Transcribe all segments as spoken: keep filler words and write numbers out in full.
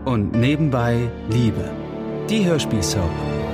und nebenbei Liebe. Die Hörspielsoap.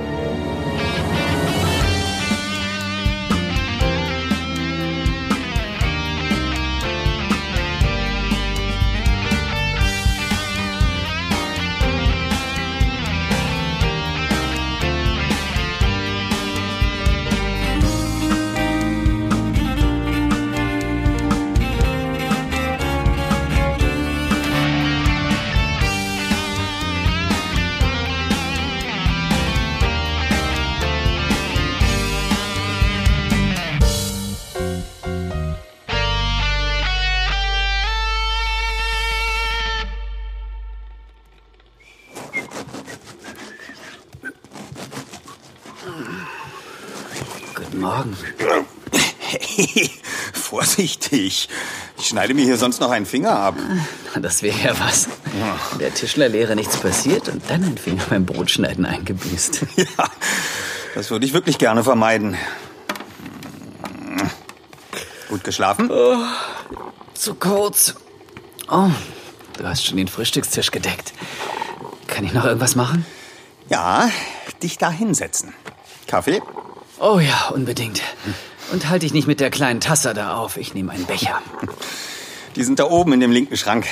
Morgen. Hey, vorsichtig. Ich schneide mir hier sonst noch einen Finger ab. Das wäre ja was. Ja. Der Tischlerlehre nichts passiert und dann ein Finger beim Brotschneiden eingebüßt. Ja, das würde ich wirklich gerne vermeiden. Gut geschlafen? Oh, zu kurz. Oh, du hast schon den Frühstückstisch gedeckt. Kann ich noch irgendwas machen? Ja, dich da hinsetzen. Kaffee? Oh ja, unbedingt. Und halte dich nicht mit der kleinen Tasse da auf. Ich nehme einen Becher. Die sind da oben in dem linken Schrank.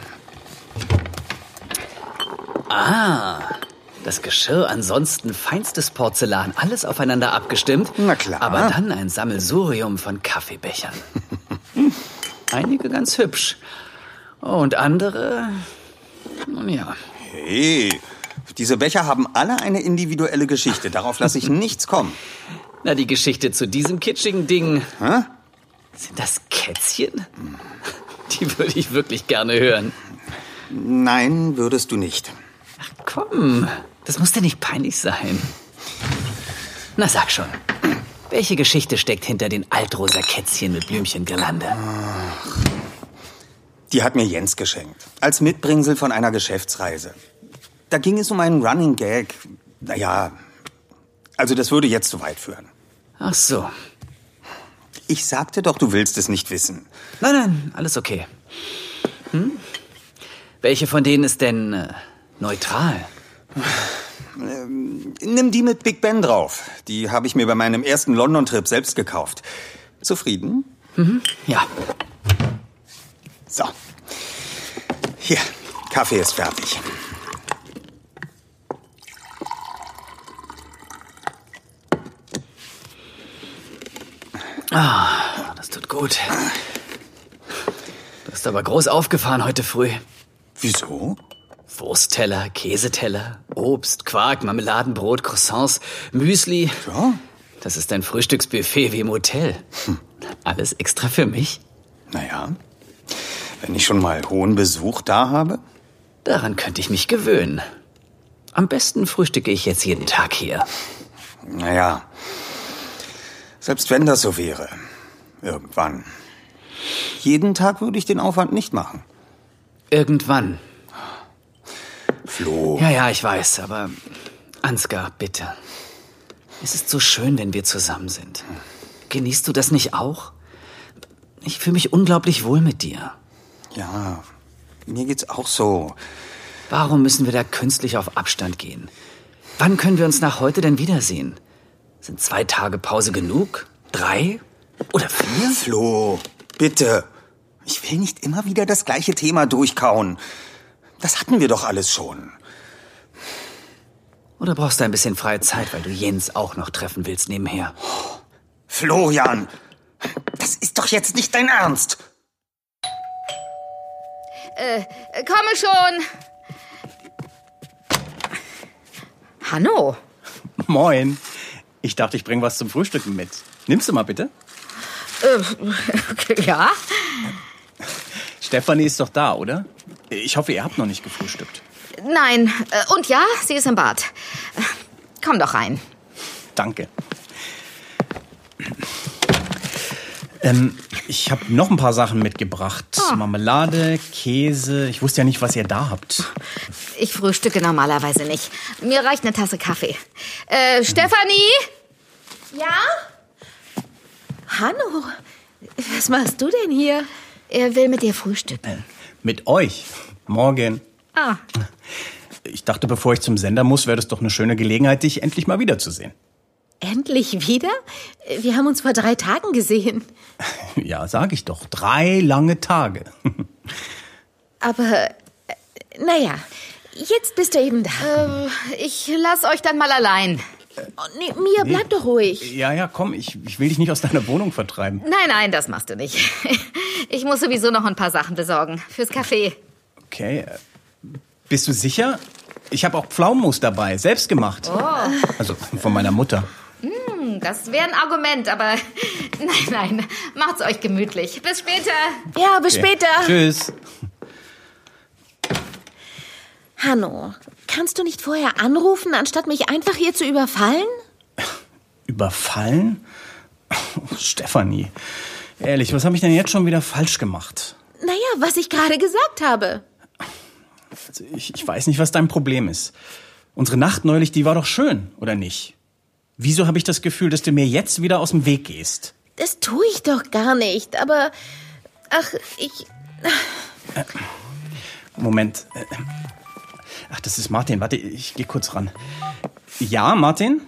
Ah, das Geschirr ansonsten feinstes Porzellan. Alles aufeinander abgestimmt. Na klar. Aber dann ein Sammelsurium von Kaffeebechern. Einige ganz hübsch. Und andere, nun ja. Hey, diese Becher haben alle eine individuelle Geschichte. Darauf lasse ich nichts kommen. Na, die Geschichte zu diesem kitschigen Ding. Hä? Sind das Kätzchen? Die würde ich wirklich gerne hören. Nein, würdest du nicht. Ach komm, das muss dir nicht peinlich sein. Na, sag schon. Welche Geschichte steckt hinter den altrosa Kätzchen mit Blümchengirlande? Die hat mir Jens geschenkt. Als Mitbringsel von einer Geschäftsreise. Da ging es um einen Running Gag. Naja, also das würde jetzt zu weit führen. Ach so. Ich sagte doch, du willst es nicht wissen. Nein, nein, alles okay. Hm? Welche von denen ist denn äh, neutral? Ähm, nimm die mit Big Ben drauf. Die habe ich mir bei meinem ersten London-Trip selbst gekauft. Zufrieden? Mhm, ja. So. Hier, Kaffee ist fertig. Ah, das tut gut. Du hast aber groß aufgefahren heute früh. Wieso? Wurstteller, Käseteller, Obst, Quark, Marmeladenbrot, Croissants, Müsli. Ja? Das ist ein Frühstücksbuffet wie im Hotel. Hm. Alles extra für mich? Naja, wenn ich schon mal hohen Besuch da habe. Daran könnte ich mich gewöhnen. Am besten frühstücke ich jetzt jeden Tag hier. Naja, selbst wenn das so wäre, irgendwann. Jeden Tag würde ich den Aufwand nicht machen. Irgendwann. Flo. Ja, ja, ich weiß, aber Ansgar, bitte. Es ist so schön, wenn wir zusammen sind. Genießt du das nicht auch? Ich fühle mich unglaublich wohl mit dir. Ja, mir geht's auch so. Warum müssen wir da künstlich auf Abstand gehen? Wann können wir uns nach heute denn wiedersehen? Sind zwei Tage Pause genug? Drei? Oder vier? Flo, bitte. Ich will nicht immer wieder das gleiche Thema durchkauen. Das hatten wir doch alles schon. Oder brauchst du ein bisschen freie Zeit, weil du Jens auch noch treffen willst nebenher? Florian, das ist doch jetzt nicht dein Ernst. Äh, komme schon. Hanno. Moin. Ich dachte, ich bringe was zum Frühstücken mit. Nimmst du mal bitte? Äh, ja. Stefanie ist doch da, oder? Ich hoffe, ihr habt noch nicht gefrühstückt. Nein. Und ja, sie ist im Bad. Komm doch rein. Danke. Ähm, ich habe noch ein paar Sachen mitgebracht. Oh. Marmelade, Käse. Ich wusste ja nicht, was ihr da habt. Ich frühstücke normalerweise nicht. Mir reicht eine Tasse Kaffee. Äh, Stefanie? Ja? Hanno, was machst du denn hier? Er will mit dir frühstücken. Äh, mit euch? Morgen. Ah. Ich dachte, bevor ich zum Sender muss, wäre das doch eine schöne Gelegenheit, dich endlich mal wiederzusehen. Endlich wieder? Wir haben uns vor drei Tagen gesehen. Ja, sag ich doch. Drei lange Tage. Aber, äh, naja, jetzt bist du eben da. Äh, ich lass euch dann mal allein. Oh, nee, Mia, bleib doch ruhig. Ja, ja, komm, ich, ich will dich nicht aus deiner Wohnung vertreiben. Nein, nein, das machst du nicht. Ich muss sowieso noch ein paar Sachen besorgen. Fürs Café. Okay, äh, bist du sicher? Ich habe auch Pflaumenmus dabei, selbst gemacht. Oh. Also von meiner Mutter. Hm, das wäre ein Argument, aber nein, nein, macht's euch gemütlich. Bis später. Ja, bis Okay. später. Tschüss. Hanno, kannst du nicht vorher anrufen, anstatt mich einfach hier zu überfallen? Überfallen? Oh, Stefanie, ehrlich, was habe ich denn jetzt schon wieder falsch gemacht? Naja, was ich gerade gesagt habe. Also ich, ich weiß nicht, was dein Problem ist. Unsere Nacht neulich, die war doch schön, oder nicht? Wieso habe ich das Gefühl, dass du mir jetzt wieder aus dem Weg gehst? Das tue ich doch gar nicht, aber... Ach, ich... Moment. Ach, das ist Martin. Warte, ich gehe kurz ran. Ja, Martin?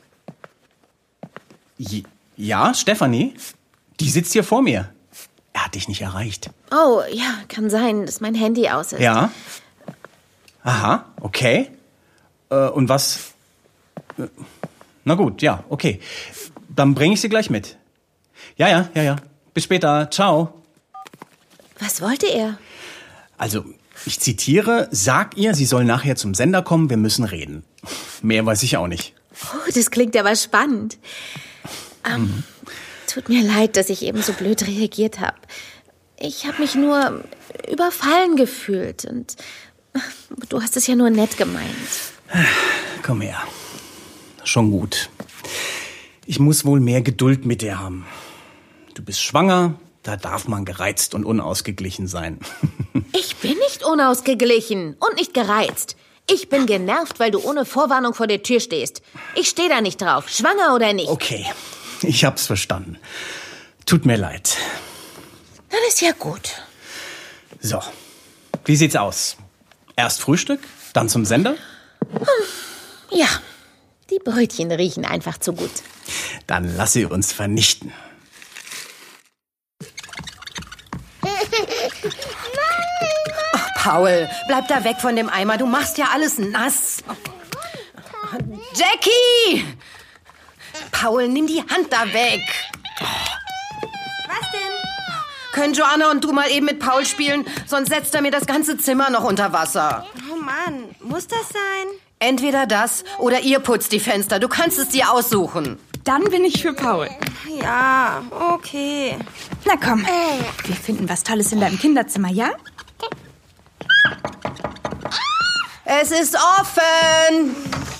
J- Ja, Stefanie? Die sitzt hier vor mir. Er hat dich nicht erreicht. Oh, ja, kann sein, dass mein Handy aus ist. Ja? Aha, okay. Äh, und was? Äh, Na gut, ja, okay. Dann bringe ich sie gleich mit. Ja, ja, ja, ja. Bis später. Ciao. Was wollte er? Also, ich zitiere, sag ihr, sie soll nachher zum Sender kommen, wir müssen reden. Mehr weiß ich auch nicht. Oh, das klingt aber spannend. Ähm, Mhm. Tut mir leid, dass ich eben so blöd reagiert habe. Ich habe mich nur überfallen gefühlt und du hast es ja nur nett gemeint. Komm her. Schon gut. Ich muss wohl mehr Geduld mit dir haben. Du bist schwanger, da darf man gereizt und unausgeglichen sein. Ich bin nicht unausgeglichen und nicht gereizt. Ich bin genervt, weil du ohne Vorwarnung vor der Tür stehst. Ich stehe da nicht drauf, schwanger oder nicht. Okay, ich hab's verstanden. Tut mir leid. Das ist ja gut. So, wie sieht's aus? Erst Frühstück, dann zum Sender? Ja, die Brötchen riechen einfach zu gut. Dann lass sie uns vernichten. Paul, bleib da weg von dem Eimer. Du machst ja alles nass. Jackie! Paul, nimm die Hand da weg. Was denn? Können Joanna und du mal eben mit Paul spielen? Sonst setzt er mir das ganze Zimmer noch unter Wasser. Oh Mann, muss das sein? Entweder das oder ihr putzt die Fenster. Du kannst es dir aussuchen. Dann bin ich für Paul. Ja, okay. Na komm, wir finden was Tolles in deinem Kinderzimmer, ja? Es ist offen.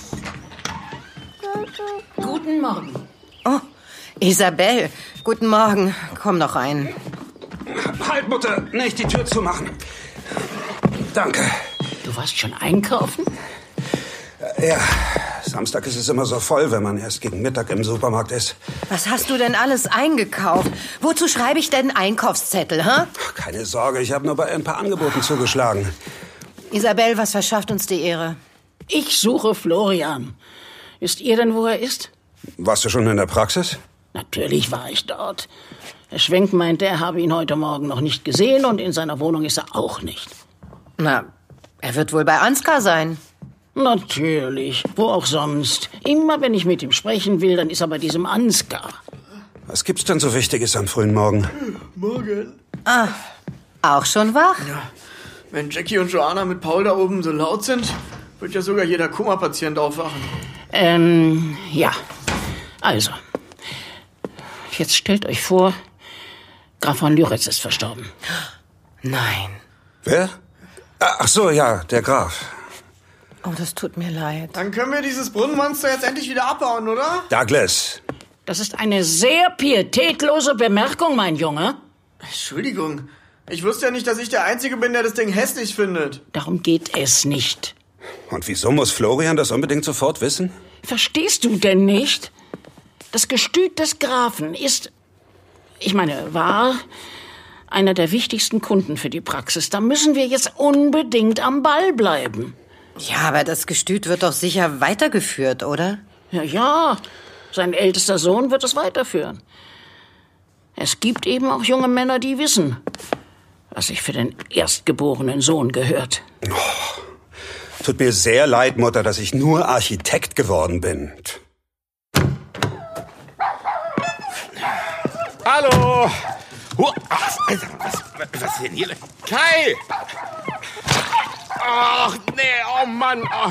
Guten Morgen. Oh, Isabel, guten Morgen. Komm noch rein. Halt, Mutter, nicht die Tür zumachen. Danke. Du warst schon einkaufen? Ja, Samstag ist es immer so voll, wenn man erst gegen Mittag im Supermarkt ist. Was hast du denn alles eingekauft? Wozu schreibe ich denn Einkaufszettel, hä? Keine Sorge, ich habe nur bei ein paar Angeboten zugeschlagen. Isabel, was verschafft uns die Ehre? Ich suche Florian. Wisst ihr denn, wo er ist? Warst du schon in der Praxis? Natürlich war ich dort. Herr Schwenk meinte, er habe ihn heute Morgen noch nicht gesehen und in seiner Wohnung ist er auch nicht. Na, er wird wohl bei Ansgar sein. Natürlich, wo auch sonst. Immer wenn ich mit ihm sprechen will, dann ist er bei diesem Ansgar. Was gibt's denn so Wichtiges am frühen Morgen? Morgen. Ah, auch schon wach? Ja, wenn Jackie und Joanna mit Paul da oben so laut sind, wird ja sogar jeder Kummerpatient aufwachen. Ähm, ja. Also, jetzt stellt euch vor, Graf von Lyritz ist verstorben. Nein. Wer? Ach so, ja, der Graf. Oh, das tut mir leid. Dann können wir dieses Brunnenmonster jetzt endlich wieder abbauen, oder? Douglas. Das ist eine sehr pietätlose Bemerkung, mein Junge. Entschuldigung. Ich wusste ja nicht, dass ich der Einzige bin, der das Ding hässlich findet. Darum geht es nicht. Und wieso muss Florian das unbedingt sofort wissen? Verstehst du denn nicht? Das Gestüt des Grafen ist, ich meine, war einer der wichtigsten Kunden für die Praxis. Da müssen wir jetzt unbedingt am Ball bleiben. Ja, aber das Gestüt wird doch sicher weitergeführt, oder? Ja, ja. Sein ältester Sohn wird es weiterführen. Es gibt eben auch junge Männer, die wissen, was sich für den erstgeborenen Sohn gehört. Oh, tut mir sehr leid, Mutter, dass ich nur Architekt geworden bin. Hallo! Huh, ach, Alter, was, was ist denn hier? Kai! Ach, nee, oh Mann. Oh,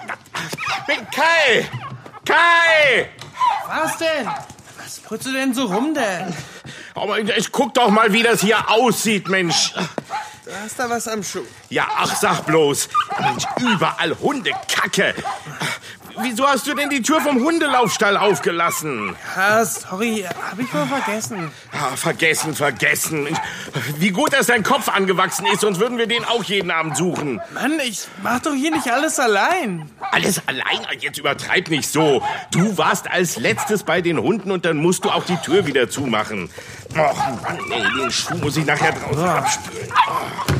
Kai! Kai! Was denn? Was putzt du denn so rum denn? Oh, ich guck doch mal, wie das hier aussieht, Mensch. Du hast da was am Schuh. Ja, ach, sag bloß. Mensch, überall Hundekacke. Wieso hast du denn die Tür vom Hundelaufstall aufgelassen? Ja, sorry, hab ich wohl vergessen. Ah, vergessen, vergessen. Wie gut, dass dein Kopf angewachsen ist, sonst würden wir den auch jeden Abend suchen. Mann, ich mach doch hier nicht alles allein. Alles allein? Jetzt übertreib nicht so. Du warst als letztes bei den Hunden und dann musst du auch die Tür wieder zumachen. Och Mann, nee, den Schuh muss ich nachher draußen ja. abspülen. Oh.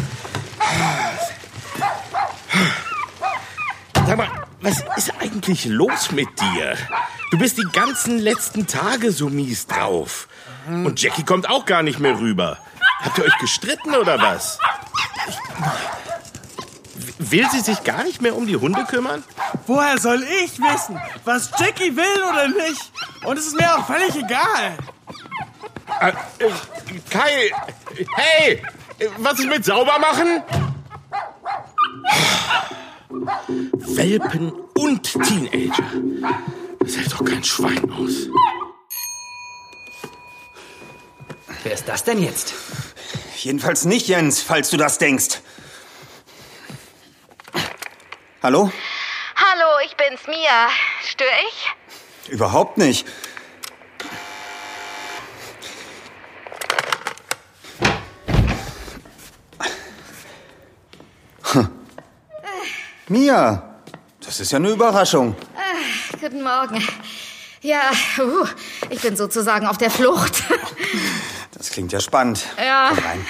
Sag mal, was ist eigentlich los mit dir? Du bist die ganzen letzten Tage so mies drauf. Und Jackie kommt auch gar nicht mehr rüber. Habt ihr euch gestritten oder was? Will sie sich gar nicht mehr um die Hunde kümmern? Woher soll ich wissen, was Jackie will oder nicht? Und es ist mir auch völlig egal. Äh, äh, Kai, hey, was ist mit Saubermachen? Welpen und Teenager. Das hält doch kein Schwein aus. Wer ist das denn jetzt? Jedenfalls nicht Jens, falls du das denkst. Hallo? Hallo, ich bin's, Mia. Störe ich? Überhaupt nicht. Hm. Mia, das ist ja eine Überraschung. Ach, guten Morgen. Ja, uh, ich bin sozusagen auf der Flucht. Das klingt ja spannend. Ja. Komm rein.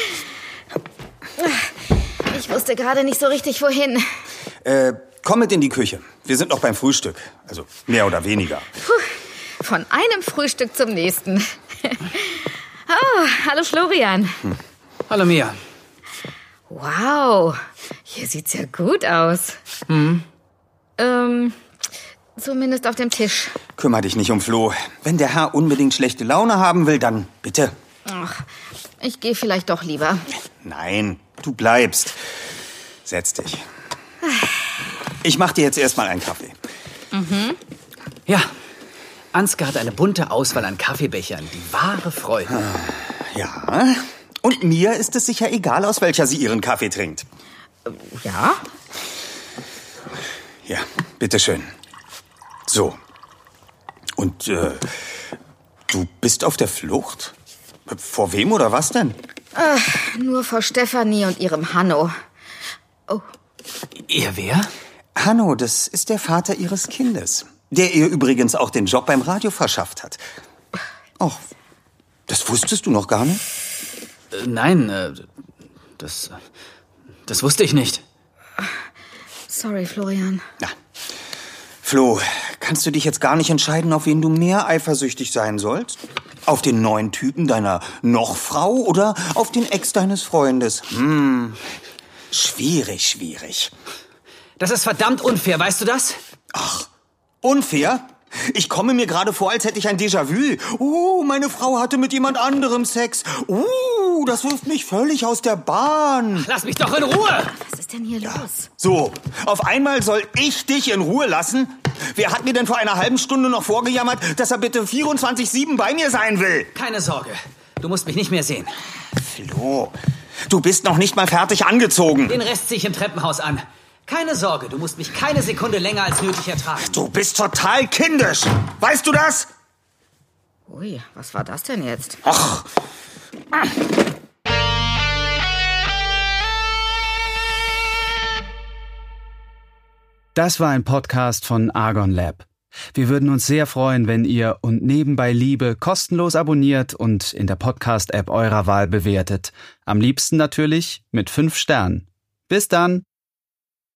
Ich wusste gerade nicht so richtig, wohin. Äh, komm mit in die Küche. Wir sind noch beim Frühstück. Also mehr oder weniger. Puh, von einem Frühstück zum nächsten. Oh, hallo Florian. Hm. Hallo Mia. Wow, hier sieht's ja gut aus. Hm. Ähm, zumindest auf dem Tisch. Kümmer dich nicht um Flo. Wenn der Herr unbedingt schlechte Laune haben will, dann bitte. Ach, ich gehe vielleicht doch lieber. Nein, du bleibst. Setz dich. Ich mach dir jetzt erstmal einen Kaffee. Mhm. Ja, Ansgar hat eine bunte Auswahl an Kaffeebechern. Die wahre Freude. Ja, und mir ist es sicher egal, aus welcher sie ihren Kaffee trinkt. Ja? Ja, bitteschön. So. Und, äh, du bist auf der Flucht? Vor wem oder was denn? Ach, nur vor Stefanie und ihrem Hanno. Oh. Ihr wer? Hanno, das ist der Vater ihres Kindes. Der ihr übrigens auch den Job beim Radio verschafft hat. Och, das wusstest du noch gar nicht? Äh, nein, äh, das, das wusste ich nicht. Sorry, Florian. Na, Flo, kannst du dich jetzt gar nicht entscheiden, auf wen du mehr eifersüchtig sein sollst? Auf den neuen Typen deiner Nochfrau oder auf den Ex deines Freundes? Hm, schwierig, schwierig. Das ist verdammt unfair, weißt du das? Ach, unfair? Ich komme mir gerade vor, als hätte ich ein Déjà-vu. Uh, meine Frau hatte mit jemand anderem Sex. Uh, das wirft mich völlig aus der Bahn. Lass mich doch in Ruhe! Was ist denn hier ja. los? So, auf einmal soll ich dich in Ruhe lassen? Wer hat mir denn vor einer halben Stunde noch vorgejammert, dass er bitte vierundzwanzig sieben bei mir sein will? Keine Sorge, du musst mich nicht mehr sehen. Flo, du bist noch nicht mal fertig angezogen. Den Rest zieh ich im Treppenhaus an. Keine Sorge, du musst mich keine Sekunde länger als nötig ertragen. Du bist total kindisch. Weißt du das? Ui, was war das denn jetzt? Ach. Das war ein Podcast von Argon Lab. Wir würden uns sehr freuen, wenn ihr und Nebenbei Liebe kostenlos abonniert und in der Podcast-App eurer Wahl bewertet. Am liebsten natürlich mit fünf Sternen. Bis dann!